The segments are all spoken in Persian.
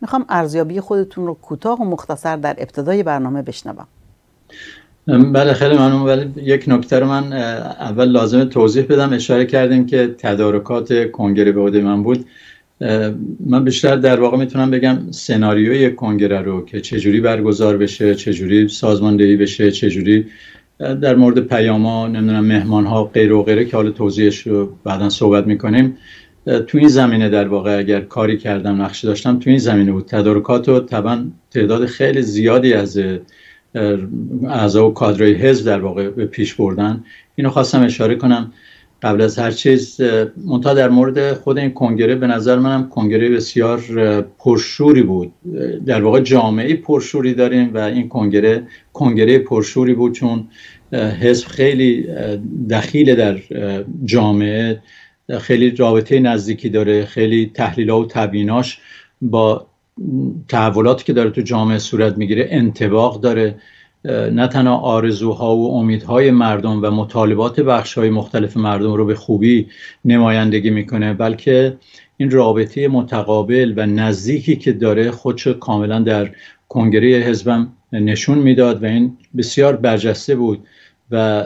میخوام ارزیابی خودتون رو کوتاه و مختصر در ابتدای برنامه بشنوم. بله خیلی ممنون. ولی یک نکته رو من اول لازمه توضیح بدم. اشاره کردیم که تدارکات کنگره به عهده من بود. من بیشتر در واقع میتونم بگم سناریوی کنگره رو که چجوری برگزار بشه، چجوری سازماندهی بشه، چجوری در مورد پیاما، نمیدونم مهمانها، غیر و غیره که حالا توضیحش رو بعداً صحبت میکنیم، تو این زمینه در واقع اگر کاری کردم، نقشی داشتم، تو این زمینه بود. تدارکات رو طبعا تعداد خیلی زیادی از اعضا و کادرهای حزب در واقع به پیش بردن. اینو خواستم اشاره کنم قبل از هر چیز. منتها در مورد خود این کنگره، به نظر منم کنگره بسیار پرشوری بود. در واقع جامعه پرشوری داریم و این کنگره پرشوری بود، چون حزب خیلی دخیل در جامعه، خیلی رابطه نزدیکی داره، خیلی تحلیل‌ها و تبییناش با تحولاتی که داره تو جامعه صورت میگیره انطباق داره. نه تنها آرزوها و امیدهای مردم و مطالبات بخش‌های مختلف مردم رو به خوبی نمایندگی میکنه، بلکه این رابطه متقابل و نزدیکی که داره خودشو کاملا در کنگره حزبم نشون میداد و این بسیار برجسته بود. و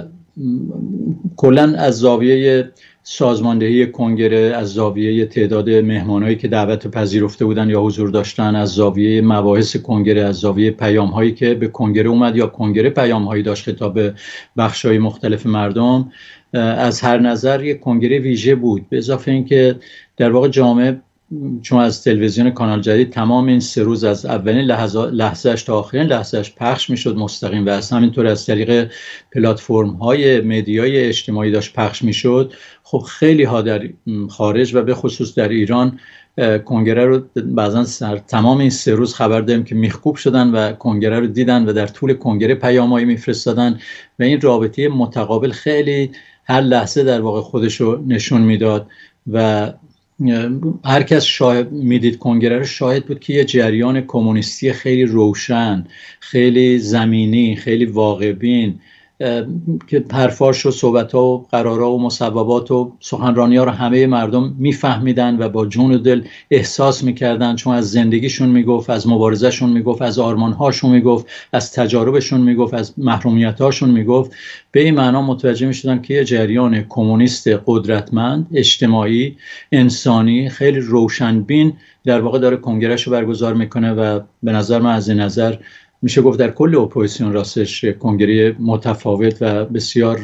کلا از زاویه سازماندهی کنگره، از زاویه تعداد مهمانایی که دعوت پذیرفته بودن یا حضور داشتن، از زاویه مباحث کنگره، از زاویه پیام‌هایی که به کنگره اومد یا کنگره پیام‌هایی داشت خطاب به بخش‌های مختلف مردم، از هر نظر یک کنگره ویژه بود. به اضافه اینکه در واقع جامعه، چون از تلویزیون کانال جدید تمام این 3 روز از اولین لحظهش تا آخرین لحظهش پخش میشد مستقیم و از همینطور از طریق پلتفرم های مدیای اجتماعی داشت پخش میشد، خب خیلی ها در خارج و به خصوص در ایران کنگره رو بعضا تمام این 3 روز خبر داریم که میخکوب شدن و کنگره رو دیدن و در طول کنگره پیامایی میفرستادن و این رابطه متقابل خیلی هر لحظه در واقع خودش رو نشون میداد و هر کس شاهد میدید کنگره رو شاهد بود که یه جریان کمونیستی خیلی روشن، خیلی زمینی، خیلی واقع‌بین که حرفاش و صحبت‌ها و قرارها و مصوبات و سخنرانی‌ها رو همه مردم میفهمیدن و با جون و دل احساس میکردن، چون از زندگیشون میگفت، از مبارزهشون میگفت، از آرمان‌هاشون میگفت، از تجاربشون میگفت، از محرومیت‌هاشون میگفت. به این معنا متوجه میشدن که یه جریان کمونیست قدرتمند، اجتماعی، انسانی، خیلی روشنبین در واقع داره کنگره‌شو برگزار میکنه و به نظر من از این نظر میشه گفت در کل اپوزیسیون راستش کنگره متفاوت و بسیار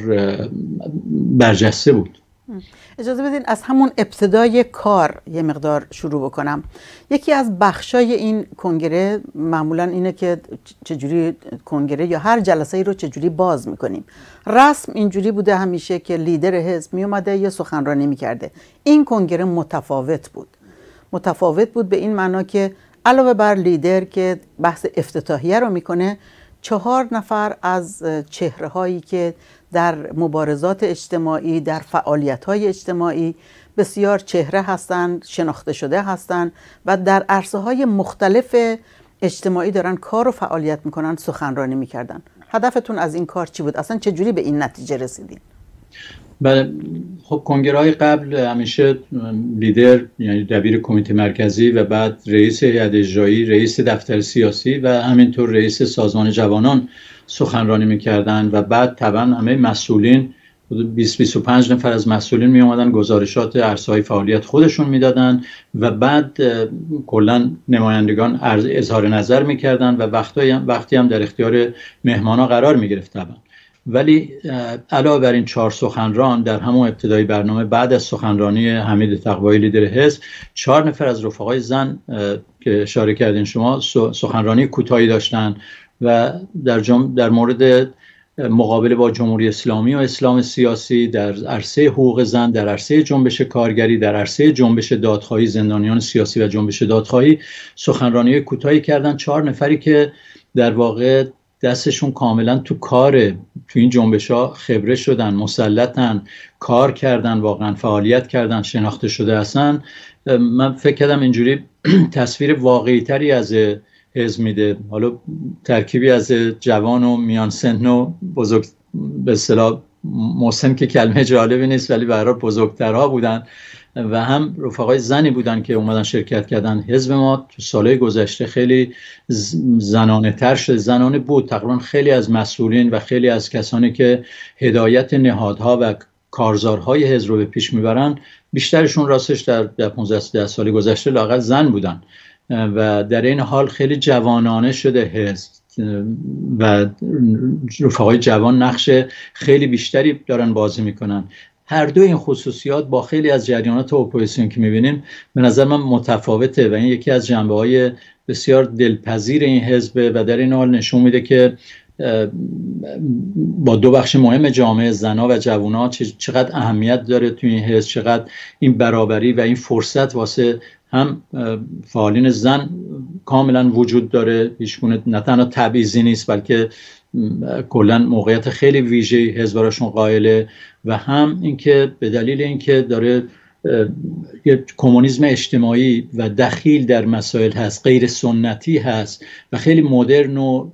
برجسته بود. اجازه بدین از همون ابتدای کار یه مقدار شروع بکنم. یکی از بخشای این کنگره معمولا اینه که چجوری کنگره یا هر جلسه رو چجوری باز میکنیم. رسم اینجوری بوده همیشه که لیدر حزب میومده یه سخنرانی میکرده. این کنگره متفاوت بود به این معنا که علاوه بر لیدر که بحث افتتاحیه رو میکنه، 4 نفر از چهره هایی که در مبارزات اجتماعی، در فعالیت های اجتماعی بسیار چهره هستند، شناخته شده هستند و در عرصه های مختلف اجتماعی دارن کار و فعالیت میکنن، سخنرانی میکردن. هدفتون از این کار چی بود؟ اصلا چجوری به این نتیجه رسیدین؟ بله، خب کنگره‌های قبل همیشه لیدر یعنی دبیر کمیته مرکزی و بعد رئیس هیئت اجرایی، رئیس دفتر سیاسی و همینطور رئیس سازمان جوانان سخنرانی میکردن و بعد طبعا همه مسئولین 20-25 نفر از مسئولین می اومدن گزارشات عرصه‌های فعالیت خودشون میدادن و بعد کلا نمایندگان اظهار نظر میکردن و وقتی هم در اختیار مهمانا قرار میگرفت طبعا. ولی علاوه بر این 4 سخنران در همون ابتدای برنامه بعد از سخنرانی حمید تقوایی لیدر حزب 4 نفر از رفقای زن که اشاره کردین شما سخنرانی کوتاهی داشتن و در مورد مقابله با جمهوری اسلامی و اسلام سیاسی در عرصه حقوق زن، در عرصه جنبش کارگری، در عرصه جنبش دادخواهی زندانیان سیاسی و جنبش دادخواهی سخنرانی کوتاهی کردن. 4 نفری که در واقع دستشون کاملا تو این جنبش‌ها خبره شدن، مسلطن، کار کردن، واقعا فعالیت کردن، شناخته شده هستن. من فکر کردم اینجوری تصویر واقعی‌تری از حزب میده. حالا ترکیبی از جوان و میان سن و بزرگ، به اصطلاح مسن که کلمه جالبی نیست ولی به هر حال بزرگترها بودن و هم رفقای زنی بودن که اومدن شرکت کردن. حزب ما تو سالهای گذشته خیلی زنانه تر شد، زنانه بود. تقریبا خیلی از مسئولین و خیلی از کسانی که هدایت نهادها و کارزارهای حزب رو به پیش میبرن، بیشترشون راستش در 15 سال گذشته لااقل زن بودن و در این حال خیلی جوانانه شده حزب و رفقای جوان نقش خیلی بیشتری دارن بازی میکنن. هر دو این خصوصیات با خیلی از جریانات اپوزیسیون که میبینیم به نظر من متفاوته و این یکی از جنبه‌های بسیار دلپذیر این حزب و در این حال نشون میده که با دو بخش مهم جامعه، زن‌ها و جوان‌ها، چقدر اهمیت داره توی این حزب، چقدر این برابری و این فرصت واسه هم فعالین زن کاملا وجود داره. هیچگونه نه تنها تبعیضی نیست بلکه کلا موقعیت خیلی ویژه‌ای حزب براشون قائله و هم اینکه به دلیل اینکه داره یه کمونیسم اجتماعی و دخیل در مسائل هست، غیر سنتی هست و خیلی مدرن و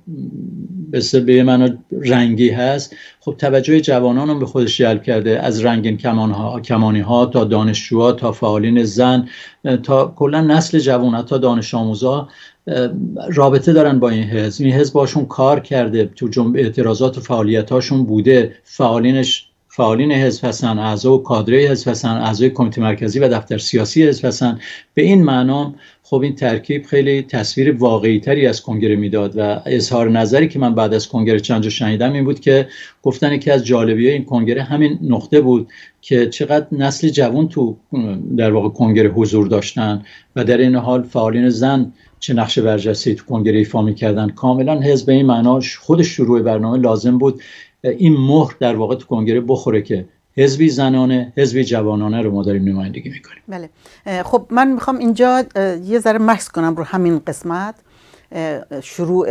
به معنی رنگی هست، خب توجه جوانان رو به خودش جلب کرده، از رنگین کمانی ها تا دانشجوها تا فعالین زن تا کلا نسل جوان تا دانش آموزا رابطه دارن با این حزب. این حزب باشون کار کرده، تو اعتراضات و فعالیت هاشون بوده، فعالین حزب هستن، اعضا و کادره حزب هستن، اعضای کمیته مرکزی و دفتر سیاسی حزب هستن. به این معنا خب این ترکیب خیلی تصویر واقعی تری از کنگره میداد و اظهار نظری که من بعد از کنگره چند جا شنیدم این بود که گفتن که از جالبی‌های این کنگره همین نقطه بود که چقدر نسل جوان تو در واقع کنگره حضور داشتن و در این حال فعالین زن چه نقش برجسته تو کنگره ایفا می‌کردن. کاملا حزب به این معنا خودش شروع برنامه لازم بود این مهر در واقع تو کنگره بخوره که حزبی زنانه، حزبی جوانانه رو ما داریم نمایندگی میکنیم. بله. خب من میخوام اینجا یه ذره مکث کنم رو همین قسمت، شروع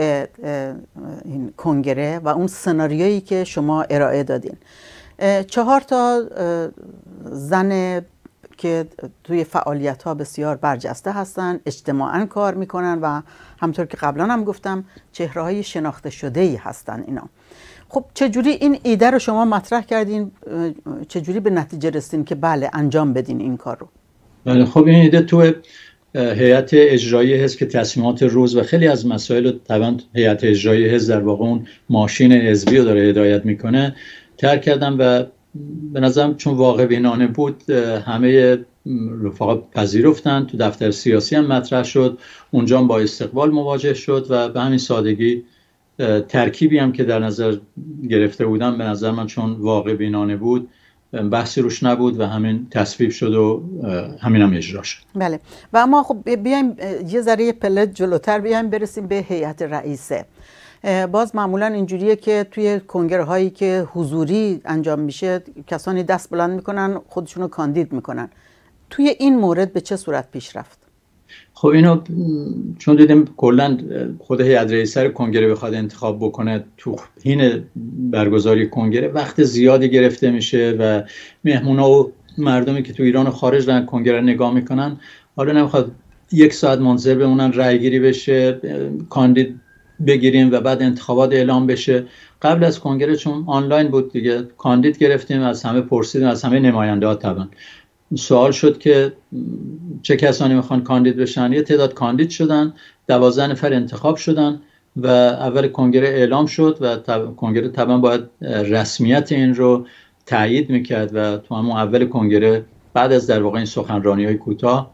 این کنگره و اون سناریویی که شما ارائه دادین. 4 تا زن که توی فعالیت ها بسیار برجسته هستن، اجتماعاً کار میکنن و همطور که قبلا هم گفتم چهره های شناخته شده‌ای هستن اینا. خب چجوری این ایده رو شما مطرح کردین؟ چجوری به نتیجه رسیدین که بله انجام بدین این کار رو؟ بله خب این ایده تو هیئت اجرایی حزب که تصمیمات روز و خیلی از مسائل طبعا هیئت اجرایی حزب در واقع اون ماشین حزبی رو داره هدایت میکنه ترک کردم و به نظرم چون واقع بینانه بود همه رفقا پذیرفتن. تو دفتر سیاسی هم مطرح شد، اونجا با استقبال مواجه شد و به همین سادگی ترکیبی هم که در نظر گرفته بودم به نظر من چون واقع بینانه بود بحثی روش نبود و همین تصویب شد و همین هم اجرا شد. بله. و اما خب بیایم یه ذره پله جلوتر بیایم برسیم به هیئت رئیسه. باز معمولا اینجوریه که توی کنگره هایی که حضوری انجام میشه کسانی دست بلند میکنن، خودشونو کاندید میکنن. توی این مورد به چه صورت پیش رفت؟ خب اینو چون دیدیم کلا خود هیئت رئیسه کنگره بخواد انتخاب بکنه تو حین برگزاری کنگره وقت زیادی گرفته میشه و مهمونا و مردمی که تو ایران و خارج دارن کنگره نگاه میکنن، حالا نمیخواد 1 ساعت منتظر بمونن رای گیری بشه، کاندید بگیریم و بعد انتخابات اعلام بشه. قبل از کنگره چون آنلاین بود دیگه کاندید گرفتیم، از همه پرسیدیم، از همه نماینده‌ها طبعا سوال شد که چه کسانی میخوان کاندید بشن. یه تعداد کاندید شدن، 12 نفر انتخاب شدن و اول کنگره اعلام شد و کنگره طبعا باید رسمیت این رو تایید میکرد و تو همون اول کنگره بعد از در واقع این سخنرانی‌های کوتاه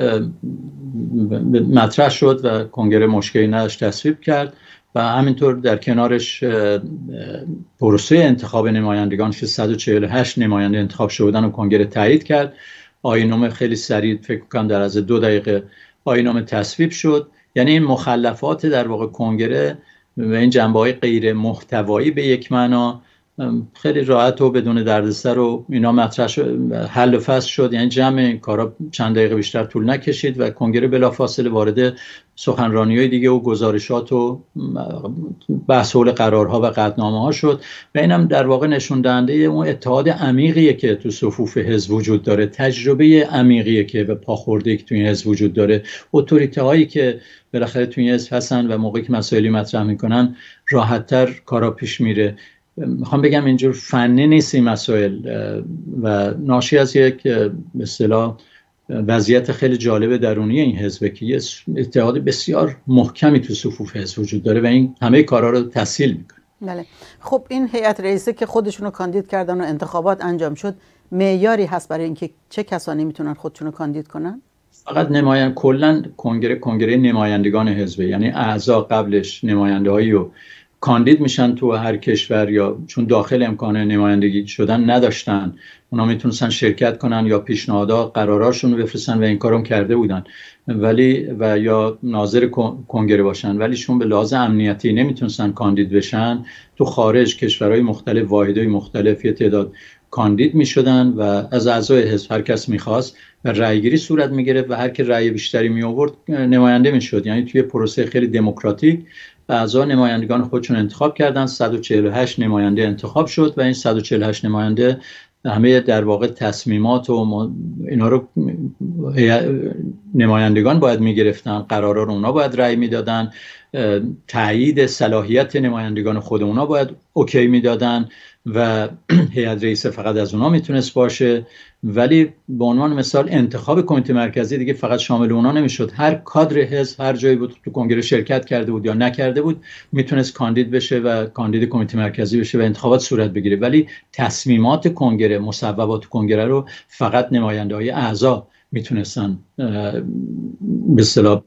مطرح شد و کنگره مشکلی نداشت تصویب کرد و همینطور در کنارش پروسه انتخاب نمایندگان که 148 نماینده انتخاب شدن و کنگره تایید کرد. آیین‌نامه خیلی سریع فکر کنم در از 2 دقیقه آیین‌نامه تصویب شد. یعنی این مخلفات در واقع کنگره و این جنبه‌های غیر محتوایی به یک معنا خیلی راحت و بدون دردسر و اینا مطرح شد، حل و فصل شد. یعنی جمع این کارا چند دقیقه بیشتر طول نکشید و کنگره بلافاصله وارد سخنرانی‌های دیگه و گزارشات و بحث حول قرارها و قطعنامه‌ها شد و اینم در واقع نشون دهنده اون اتحاد عمیقیه که تو صفوف حزب وجود داره، تجربه عمیقیه که به پاخورده‌ای که تو این حزب وجود داره، اتوریته‌هایی که بالاخره تو این حزب هستن و موقعی که مسائلی مطرح میکنن راحت‌تر کارا پیش میره. میخوام بگم اینجور فنی نیست این مسائل و ناشی از یک به اصطلاح وضعیت خیلی جالب درونی این حزبه که یه اتحاد بسیار محکمی تو صفوف حزب وجود داره و این همه کارا رو تسهیل میکنه. بله. خب این هیئت رئیسه که خودشونو کاندید کردن و انتخابات انجام شد، معیاری هست برای اینکه چه کسانی میتونن خودشونو کاندید کنن؟ فقط کلا کنگره نمایندگان حزبه، یعنی اعضا قبلش نماینده‌هایی رو کاندید میشن تو هر کشور، یا چون داخل امکان نمایندگی شدن نداشتن اونا میتونستن شرکت کنن یا پیشنهادها قراراشون رو بفرستن و این کارو کرده بودن، ولی و یا ناظر کنگره باشن، ولی چون به لحاظ امنیتی نمیتونستن کاندید بشن، تو خارج کشورهای مختلف واحدهای مختلف یه تعداد کاندید میشدن و از اعضای حزب هر کس میخواست و رأیگیری صورت میگرفت و هر کی رأی بیشتری می آورد نماینده میشد. یعنی توی پروسه خیلی دموکراتیک اعضا نمایندگان خودشون انتخاب کردن. 148 نماینده انتخاب شد و این 148 نماینده همه در واقع تصمیمات و اینا رو نمایندگان باید میگرفتن، قرارا رو اونا باید رأی میدادن، تایید صلاحیت نمایندگان خود اونا باید اوکی میدادن و هیئت رئیسه فقط از اونا میتونست باشه. ولی به عنوان مثال انتخاب کمیته مرکزی دیگه فقط شامل اونا نمیشد، هر کادر حزب هر جایی بود تو کنگره شرکت کرده بود یا نکرده بود میتونست کاندید بشه و کاندید کمیته مرکزی بشه و انتخابات صورت بگیره. ولی تصمیمات کنگره، مصوبات کنگره رو فقط نماینده‌های اعضا میتونستن به اصطلاح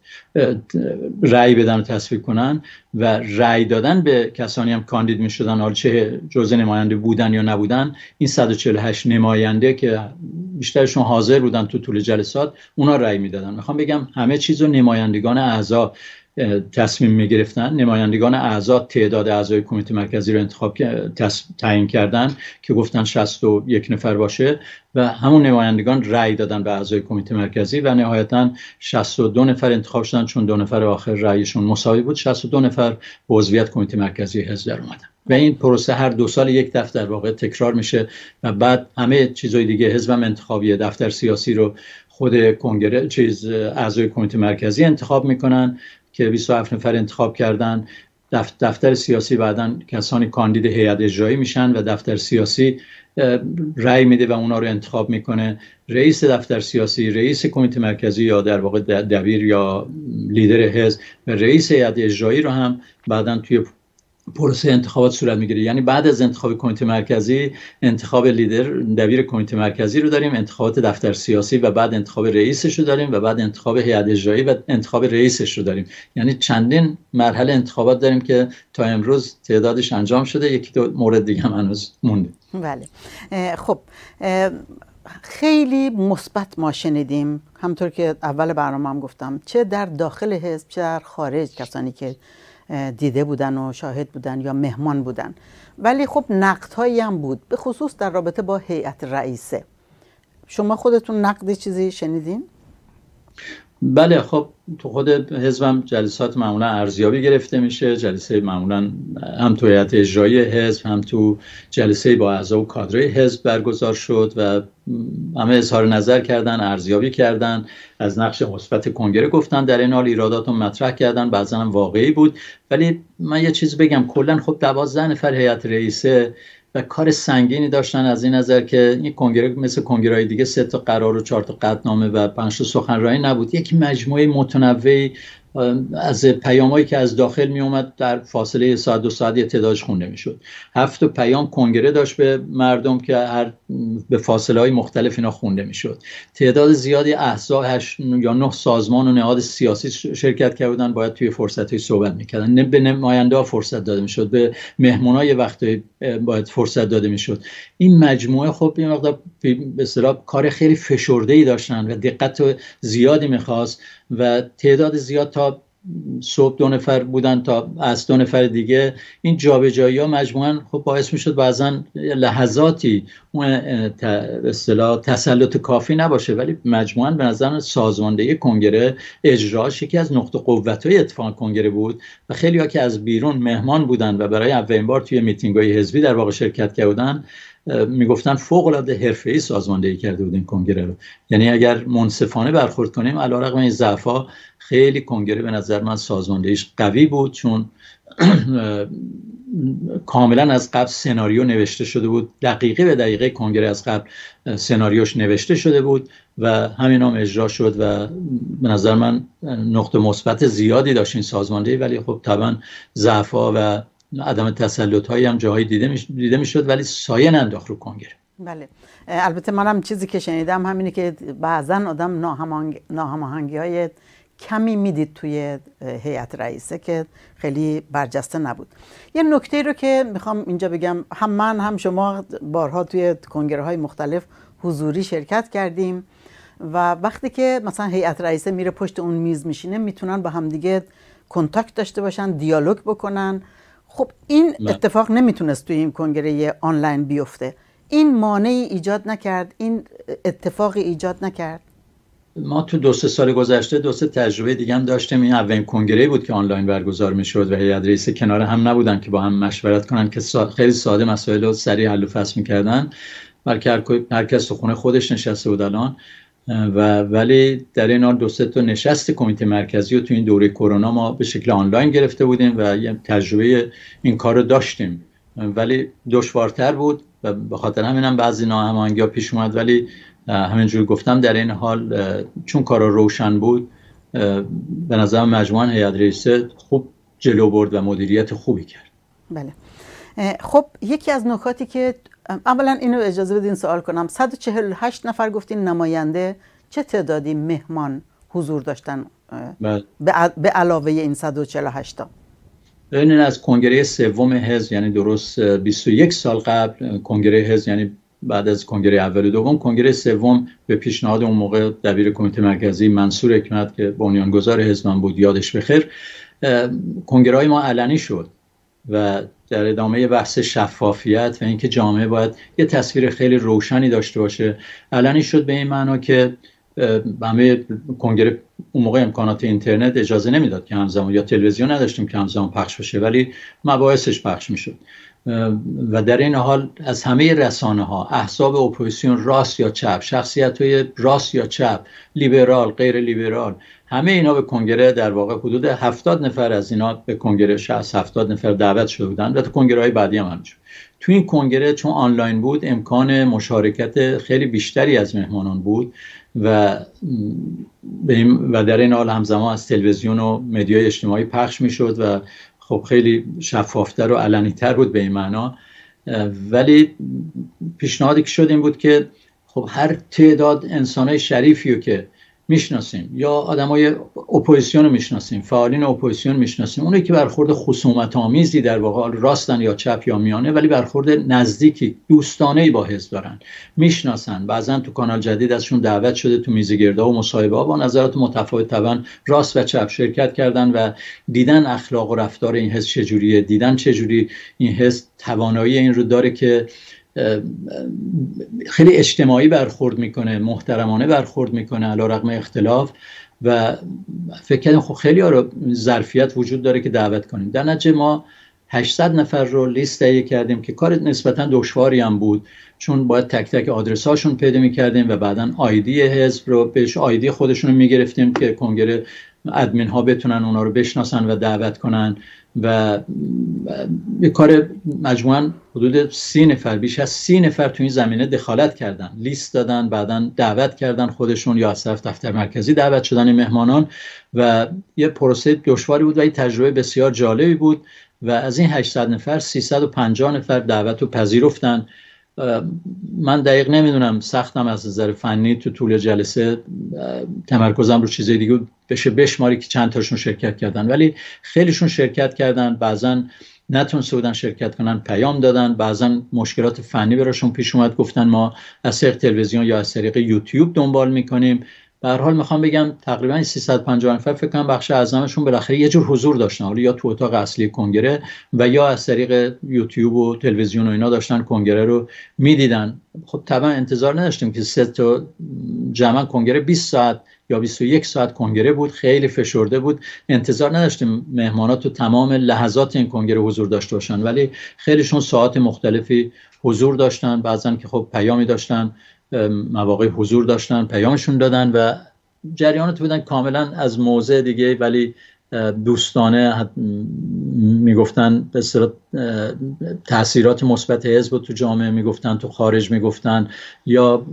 رأی بدن و تصویب کنن و رأی دادن به کسانی هم کاندید میشدن، حالا چه جزء نماینده بودن یا نبودن. این 148 نماینده که بیشترشون حاضر بودن تو طول جلسات اونا رأی میدادن. میخوام بگم همه چیز رو نمایندگان اعضا تصمیم میگرفتن. نمایندگان اعضا تعداد اعضای کمیته مرکزی رو تعیین کردن که گفتن 61 نفر باشه و همون نمایندگان رأی دادن به اعضای کمیته مرکزی و نهایتاً 62 نفر انتخاب شدن. چون 2 نفر آخر رأیشون مساوی بود، 62 نفر به عضویت کمیته مرکزی حزب در اومدن و این پروسه هر 2 سال یک دفعه در واقع تکرار میشه و بعد همه چیزای دیگه حزب انتخابی، دفتر سیاسی رو خود کنگره اعضای کمیته مرکزی انتخاب میکنن که 27 نفر انتخاب کردن. دفتر سیاسی بعداً کسانی کاندید هیئت اجرایی میشن و دفتر سیاسی رأی میده و اونا رو انتخاب میکنه. رئیس دفتر سیاسی، رئیس کمیته مرکزی یا در واقع دبیر یا لیدر حزب و رئیس هیئت اجرایی رو هم بعداً توی پروسه انتخابات صورت میگیره. یعنی بعد از انتخاب کمیته مرکزی انتخاب لیدر دبیر کمیته مرکزی رو داریم، انتخابات دفتر سیاسی و بعد انتخاب رئیسش رو داریم و بعد انتخاب هیئت اجرایی و انتخاب رئیسش رو داریم. یعنی چندین مرحله انتخابات داریم که تا امروز تعدادش انجام شده، یکی دو مورد دیگه هم هنوز مونده. بله. خب خیلی مثبت ما شنیدیم، همونطور که اول برنامه هم گفتم، چه در داخل حزب چه در خارج، کسانی که دیده بودن و شاهد بودن یا مهمان بودن. ولی خب نقدهایی هم بود، به خصوص در رابطه با هیئت رئیسه. شما خودتون نقد چیزی شنیدین؟ بله، خب تو خود حزبم جلسات معمولا ارزیابی گرفته میشه، جلسه معمولا هم تو هیئت اجرایی حزب هم تو جلسه با اعضا و کادر حزب برگزار شد و همه اظهار نظر کردن، ارزیابی کردن، از نقش مثبت کنگره گفتن، در این حال ایرادات رو مطرح کردن، بعضا هم واقعی بود. ولی من یه چیز بگم، کلا خب 12 نفر هیئت رئیسه و کار سنگینی داشتن از این نظر که این کنگره مثل کنگره‌های دیگه 3 تا قرار و 4 تا قطعنامه و 5 تا سخنرانی نبود. یک مجموعه متنوعی از پیامایی که از داخل می اومد در فاصله 1 2 ساعت تعدادش خونده میشد. 7 پیام کنگره داشت به مردم که هر به فاصله های مختلف اینا خونده میشد. تعداد زیادی احزاب 8 یا 9 سازمان و نهاد سیاسی شرکت کردن، باید توی فرصت‌های صحبت میکردن. به نماینده‌ها فرصت داده میشد، به مهمونای وقتی باید فرصت داده میشد. این مجموعه خب این مقدار به اصطلاح کار خیلی فشرده‌ای داشتن و دقت زیادی می‌خواست و تعداد زیاد تا صبح 2 نفر بودن تا از 2 نفر دیگه. این جابجایی‌ها مجموعاً خب باعث می‌شد بعضاً لحظاتی اون اصطلاح تسلط کافی نباشه، ولی مجموعاً به نظر سازماندهی کنگره اجراش یکی از نقطه قوت‌های اتفاق کنگره بود و خیلی‌ها که از بیرون مهمان بودن و برای اولین بار توی میتینگ‌های حزبی در واقع شرکت کردن میگفتن فوق‌العاده حرفه‌ای سازماندهی کرده بود این کنگره رو. یعنی اگر منصفانه برخورد کنیم علیرغم این ضعف‌ها، خیلی کنگره به نظر من سازماندهیش قوی بود، چون کاملا از قبل سناریو نوشته شده بود، دقیقه به دقیقه کنگره از قبل سناریوش نوشته شده بود و همین هم اجرا شد و به نظر من نقطه مثبت زیادی داشت این سازماندهی، ولی خب طبعا ضعف‌ها و عدم تسلط‌هایی هم جاهای دیده میشد، ولی سایه ننداخت رو کنگره. بله، البته منم چیزی که شنیدم همینه که بعضن آدم ناهماهنگی‌های کمی میدید توی هیئت رئیسه که خیلی برجسته نبود. یه نکته رو که میخوام اینجا بگم، هم من هم شما بارها توی کنگره های مختلف حضوری شرکت کردیم و وقتی که مثلا هیئت رئیسه میره پشت اون میز میشینه میتونن با همدیگه کنتاکت داشته باشن، دیالوگ بکنن. خب این اتفاق نمیتونست توی این کنگره آنلاین بیفته. این مانعی ایجاد نکرد؟ این اتفاقی ایجاد نکرد؟ ما تو 2-3 سال گذشته 2-3 تجربه دیگه هم داشتیم. این اولین کنگره بود که آنلاین برگزار میشد و هیئت رئیسه کنار هم نبودن که با هم مشورت کنن که خیلی ساده مسائل رو سریع حل و فصل میکردن، بلکه هر کس تو خونه خودش نشسته بود الان. ولی در این حال 2-3 تا نشست کمیته مرکزی رو تو این دوره کرونا ما به شکل آنلاین گرفته بودیم و یه تجربه این کار رو داشتیم، ولی دشوارتر بود و به خاطر همین هم بعضی ناهماهنگی‌ها پیش اومد. ولی همینجور گفتم در این حال چون کارا روشن بود، به نظر مجموعاً هیئت رئیسه خوب جلو برد و مدیریت خوبی کرد. بله. خب یکی از نکاتی که اولا اینو اجازه بدین سوال کنم، 148 نفر گفتین نماینده، چه تعدادی مهمان حضور داشتن به علاوه این 148 تا؟ این از کنگره سوم حزب، یعنی درست 21 سال قبل کنگره حزب، یعنی بعد از کنگره اول و دوم، کنگره سوم به پیشنهاد اون موقع دبیر کمیته مرکزی منصور حکمت که بنیانگذار حزب بود، یادش بخیر، کنگره های ما علنی شد و در ادامه بحث شفافیت و اینکه جامعه باید یه تصویر خیلی روشنی داشته باشه، علنی شد به این معنا که همه کنگره اون موقع امکانات اینترنت اجازه نمیداد که همزمان، یا تلویزیون نداشتیم که همزمان پخش بشه، ولی مباحثش پخش میشد و در این حال از همه رسانه ها، احزاب اپوزیسیون راست یا چپ، شخصیت های راست یا چپ، لیبرال غیر لیبرال، همه اینا به کنگره، در واقع حدود 70 نفر از اینا به کنگره 60-70 نفر دعوت شده بودن و تو کنگره های بعدی هم همینجور. تو این کنگره چون آنلاین بود امکان مشارکت خیلی بیشتری از مهمانان بود و در این حال همزمان از تلویزیون و مدیای اجتماعی پخش میشد و خب خیلی شفافتر و علنی‌تر بود به این معنا. ولی پیشنهادی که شد این بود که خب هر تعداد انسانای شریفی رو که میشناسیم یا آدمای اپوزیسیون رو میشناسیم، فعالین اپوزیسیون میشناسیم، اونایی که برخورد خصومت آمیزی در واقع راستن یا چپ یا میانه ولی برخورد نزدیکی دوستانه‌ای با حزب دارن، میشناسن، بعضن تو کانال جدید ازشون دعوت شده تو میزگردها و مصاحبه‌ها با نظرات متفاوت طبعا راست و چپ شرکت کردن و دیدن اخلاق و رفتار این حزب چجوریه، دیدن چجوری این حزب توانایی این رو داره که خیلی اجتماعی برخورد میکنه، محترمانه برخورد میکنه علیرغم اختلاف و فکر کردیم خب خیلی ظرفیت وجود داره که دعوت کنیم. در نتیجه ما 800 نفر رو لیست تهیه کردیم که کار نسبتا دشواری هم بود، چون باید تک تک آدرس هاشون پیدا میکردیم و بعداً آیدی حزب رو بهش آیدی خودشون رو میگرفتیم که کنگره ادمین ها بتونن اونا رو بشناسن و دعوت کنن و به کار مجموعاً حدود 30 نفر، بیش از 30 نفر تو این زمینه دخالت کردن، لیست دادن، بعداً دعوت کردن خودشون یا از طرف دفتر مرکزی دعوت شدن مهمانان و یه پروسه دشواری بود و یه تجربه بسیار جالبی بود و از این 800 نفر 350 نفر دعوت رو پذیرفتن. من دقیق نمیدونم، سختم از نظر فنی تو طول جلسه تمرکزم رو چیزای دیگه بشه بشماری که چند تاشون شرکت کردن، ولی خیلیشون شرکت کردن، بعضن نتونسته بودن شرکت کنن پیام دادن، بعضن مشکلات فنی براشون پیش اومد گفتن ما از طریق تلویزیون یا از طریق یوتیوب دنبال میکنیم. به هر حال میخوام بگم تقریبا 350 نفر فکر کنم بخش اعظمشون بالاخره یه جور حضور داشتن، حالا یا تو اتاق اصلی کنگره و یا از طریق یوتیوب و تلویزیون و اینا داشتن کنگره رو میدیدن. خب طبعا انتظار نداشتیم که 3 تا جمع کنگره 20 ساعت یا 21 ساعت کنگره بود، خیلی فشرده بود، انتظار نداشتیم مهمانات تو تمام لحظات این کنگره حضور داشته باشن، ولی خیلیشون ساعات مختلفی حضور داشتن، بعضن که خب پیامی داشتن، مواقع حضور داشتن پیامشون دادن و جریانات بودن کاملا از موضع دیگه ولی دوستانه میگفتن به صورت تاثیرات مثبت حزب تو جامعه میگفتن، تو خارج میگفتن، یا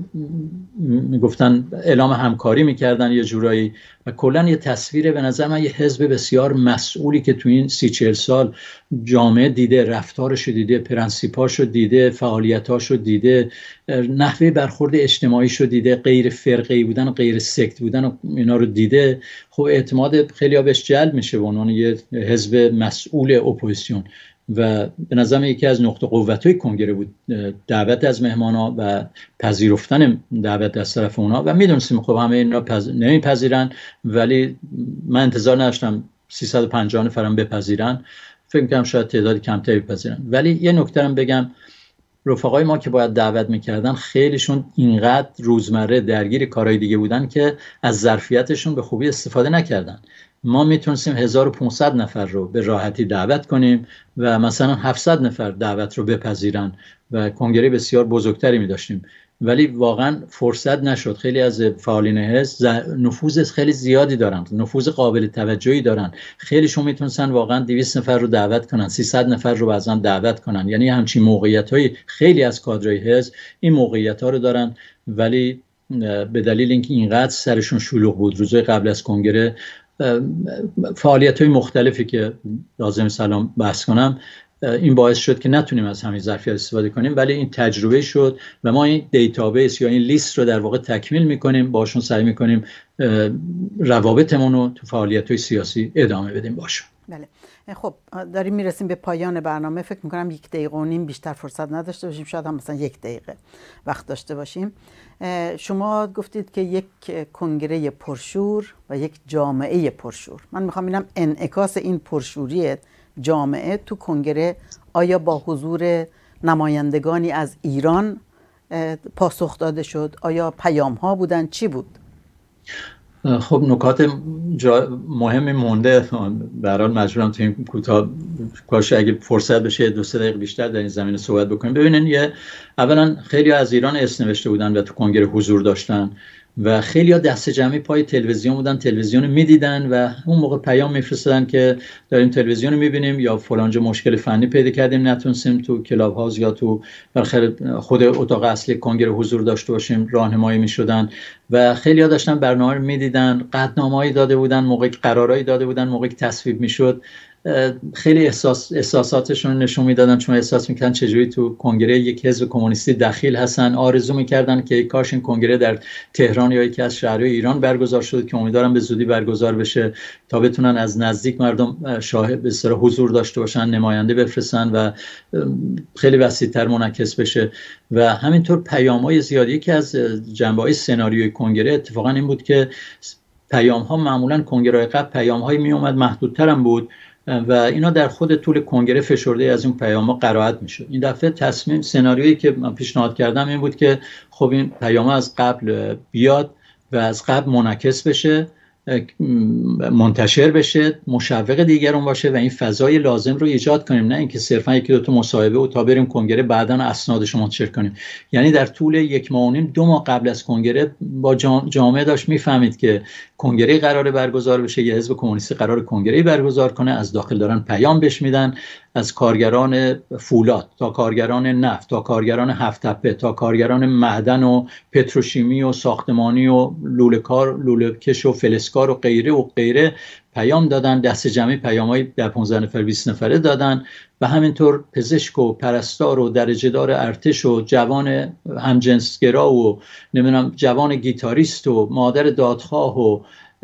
میگفتن اعلام همکاری میکردن یه جورایی، و کلا یه تصویر به نظر من یه حزب بسیار مسئولی که تو این 30-40 سال جامعه دیده، رفتارشو دیده، پرنسیپاشو دیده، فعالیتاشو دیده، نحوه برخورد اجتماعیشو دیده، غیر فرقه‌ای بودن و غیر سکت بودن و اینا رو دیده، خب اعتماد خیلی‌ها بهش جلب میشه به عنوان یه حزب مسئول اپوزیسیون. و به نظرم یکی از نقطه قوت‌های کنگره بود دعوت از مهمان‌ها و پذیرفتن دعوت از طرف اونا، و میدونستیم خب همه اینا نمیپذیرن، ولی من انتظار نداشتم 350 نفرم بپذیرن، فکر می‌کنم شاید تعدادی کمتری بپذیرن. ولی یه نکته هم بگم، رفقای ما که باید دعوت میکردن خیلیشون اینقدر روزمره درگیر کارهای دیگه بودن که از ظرفیتشون به خوبی استفاده نکردن. ما میتونستیم 1500 نفر رو به راحتی دعوت کنیم و مثلا 700 نفر دعوت رو بپذیرن و کنگره بسیار بزرگتری میداشتیم، ولی واقعا فرصت نشد. خیلی از فعالین حزب نفوذ خیلی زیادی دارن، نفوذ قابل توجهی دارن، خیلیشون میتونن واقعا 200 نفر رو دعوت کنن، 300 نفر رو بعضا دعوت کنن. یعنی همچین موقعیت‌های خیلی از کادرهای حزب این موقعیت‌ها رو دارن، ولی به دلیل اینکه اینقدر سرشون شلوغ بود روزهای قبل از کنگره، فعالیت‌های مختلفی که لازم سلام بحث کنم، این باعث شد که نتونیم از همین ظرفیت استفاده کنیم. ولی این تجربه شد و ما این دیتابیس یا این لیست رو در واقع تکمیل میکنیم، باشون سعی میکنیم روابطمون رو تو فعالیت‌های سیاسی ادامه بدیم باشون. بله. خب داریم میرسیم به پایان برنامه. فکر میکنم 1 دقیقه و نیم بیشتر فرصت نداشته باشیم، شاید هم مثلا 1 دقیقه وقت داشته باشیم. شما گفتید که یک کنگره پرشور و یک جامعه پرشور. من میخوام ببینم انعکاس این پرشوری جامعه تو کنگره آیا با حضور نمایندگانی از ایران پاسخ داده شد؟ آیا پیام ها بودن؟ چی بود؟ خب نکات مهمی مونده، به هر حال مجبورم تو این کوتاه، کاش اگه فرصت بشه 2-3 دقیقه بیشتر در این زمینه صحبت بکنیم. ببینین، اولا خیلی از ایران اسم نوشته بودن و تو کنگره حضور داشتن و خیلی ها دست جمعی پای تلویزیون بودن، تلویزیون میدیدن و اون موقع پیام میفرستادن که داریم تلویزیون میبینیم یا فلانجا مشکل فنی پیدا کردیم نتونستیم تو کلاب هاوس یا تو خود اتاق اصلی کنگره حضور داشته باشیم، راهنمایی میشدن و خیلی ها داشتن برنامه رو میدیدن، قطعنامه‌ای داده بودن موقعی که قرارایی داده بودن، موقعی که تصویب میشد. خیلی احساساتشون نشون میدادن، چون احساس میکردن چجوری تو کنگره یک حزب کمونیستی دخیل هستن. آرزو میکردن که کاش این کنگره در تهران یا یکی از شهرهای ایران برگزار شده که امیدوارم به زودی برگزار بشه تا بتونن از نزدیک مردم شاهد به اصطلاح حضور داشته باشن، نماینده بفرستن و خیلی وسیع‌تر منعکس بشه. و همینطور پیام‌های زیادی که از جنبه‌های سناریوی کنگره اتفاقا این بود که پیام‌ها معمولاً کنگره قبل پیام‌های میومد محدودتر هم بود و اینا در خود طول کنگره فشرده از اون پیام‌ها قرائت میشد. این دفعه تصمیم سناریویی که من پیشنهاد کردم این بود که خب این پیام‌ها از قبل بیاد و از قبل منعکس بشه، منتشر بشه، مشوق دیگران باشه و این فضای لازم رو ایجاد کنیم، نه اینکه صرفا 1-2 تا مصاحبه و تا بریم کنگره بعداً اسنادش رو منتشر کنیم. یعنی در طول 1 ماه و نیم 2 ماه قبل از کنگره با جامعه داشت میفهمید که کنگره قراره برگزار بشه، یه حزب کمونیستی قراره کنگره برگزار کنه، از داخل دارن پیام بهش میدن، از کارگران فولاد تا کارگران نفت تا کارگران هفت تپه تا کارگران معدن و پتروشیمی و ساختمانی و لوله کش و فلزکار و غیره پیام دادن. دست جمعی پیامای 15 نفر 20 نفره دادن و همینطور پزشک و پرستار و درجه دار ارتش و جوان همجنسگرا و نمیدونم جوان گیتاریست و مادر دادخواه و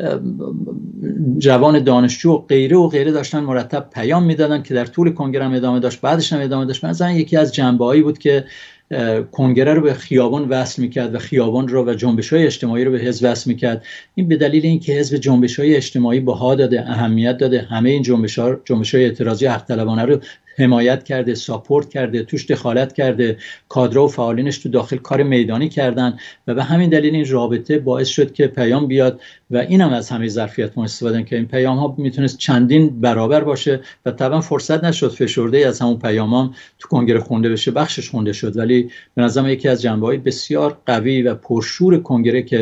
جوان دانشجو و غیره داشتن مرتب پیام میدادن که در طول کنگره هم ادامه داشت، بعدش هم ادامه داشت. مثلا یکی از جنبه‌هایی بود که کنگره رو به خیابان وصل میکرد و خیابان رو و جنبش‌های اجتماعی رو به حزب وصل میکرد. این به دلیل اینکه حزب جنبش‌های اجتماعی بها داده، اهمیت داده، همه این جنبش‌های اعتراضی حق طلبانه رو حمایت کرده، ساپورت کرده، توش دخالت کرده، کادر و فعالینش تو داخل کار میدانی کردن و به همین دلیل این رابطه باعث شد که پیام بیاد و اینم از همه ظرفیت ما استفاده که این پیام ها میتونست چندین برابر باشه و طبعا فرصت نشد فشرده از همون پیامام تو کنگره خونده بشه، بخشش خونده شد، ولی به نظرم یکی از جنبه‌های بسیار قوی و پرشور کنگره که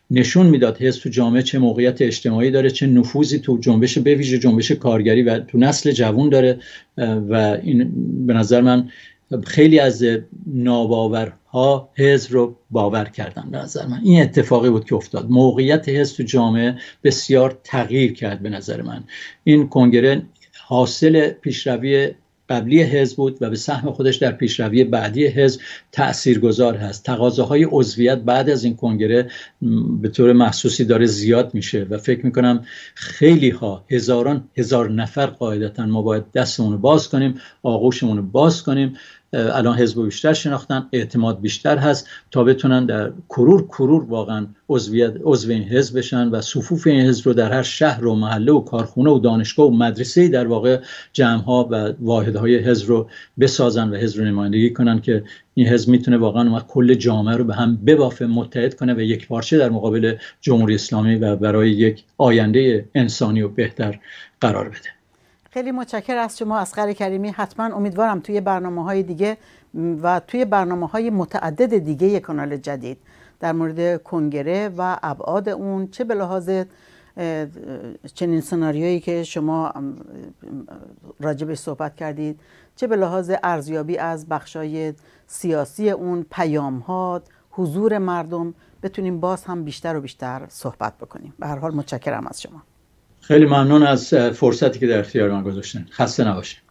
نشون میداد حزب تو جامعه چه موقعیت اجتماعی داره، چه نفوذی تو جنبش به ویژه جنبش کارگری و تو نسل جوان داره و این به نظر من خیلی از ناباورها حزب رو باور کردن. به نظر من این اتفاقی بود که افتاد. موقعیت حزب تو جامعه بسیار تغییر کرد. به نظر من این کنگره حاصل پیشروی قبلی حزب بود و به سهم خودش در پیشروی بعدی حزب تاثیرگذار هست. تقاضاهای عضویت بعد از این کنگره به طور محسوسی داره زیاد میشه و فکر میکنم خیلی ها، هزار نفر قاعدتا ما باید دستمون رو باز کنیم، آغوشمون رو باز کنیم. الان حزب بیشتر شناختن، اعتماد بیشتر هست تا بتونن در کرور واقعا عضو این حزب بشن و صفوف این حزب رو در هر شهر و محله و کارخونه و دانشگاه و مدرسه در واقع جمع‌ها و واحدهای حزب رو بسازن و حزب رو نمایندگی کنن که این حزب میتونه واقعا کل جامعه رو به هم ببافه، متحد کنه و یک پارچه در مقابل جمهوری اسلامی و برای یک آینده انسانی و بهتر قرار بده. خیلی متشکرم از شما اصغر کریمی. حتما امیدوارم توی برنامه‌های دیگه و توی برنامه‌های متعدد دیگه کانال جدید در مورد کنگره و ابعاد اون، چه به لحاظ چنین سناریویی که شما راجبش صحبت کردید، چه به لحاظ ارزیابی از بخشای سیاسی اون، پیام‌ها، حضور مردم، بتونیم باز هم بیشتر و بیشتر صحبت بکنیم. به هر حال متشکرم از شما. خیلی ممنون از فرصتی که در اختیار من گذاشتین. خسته نباشید.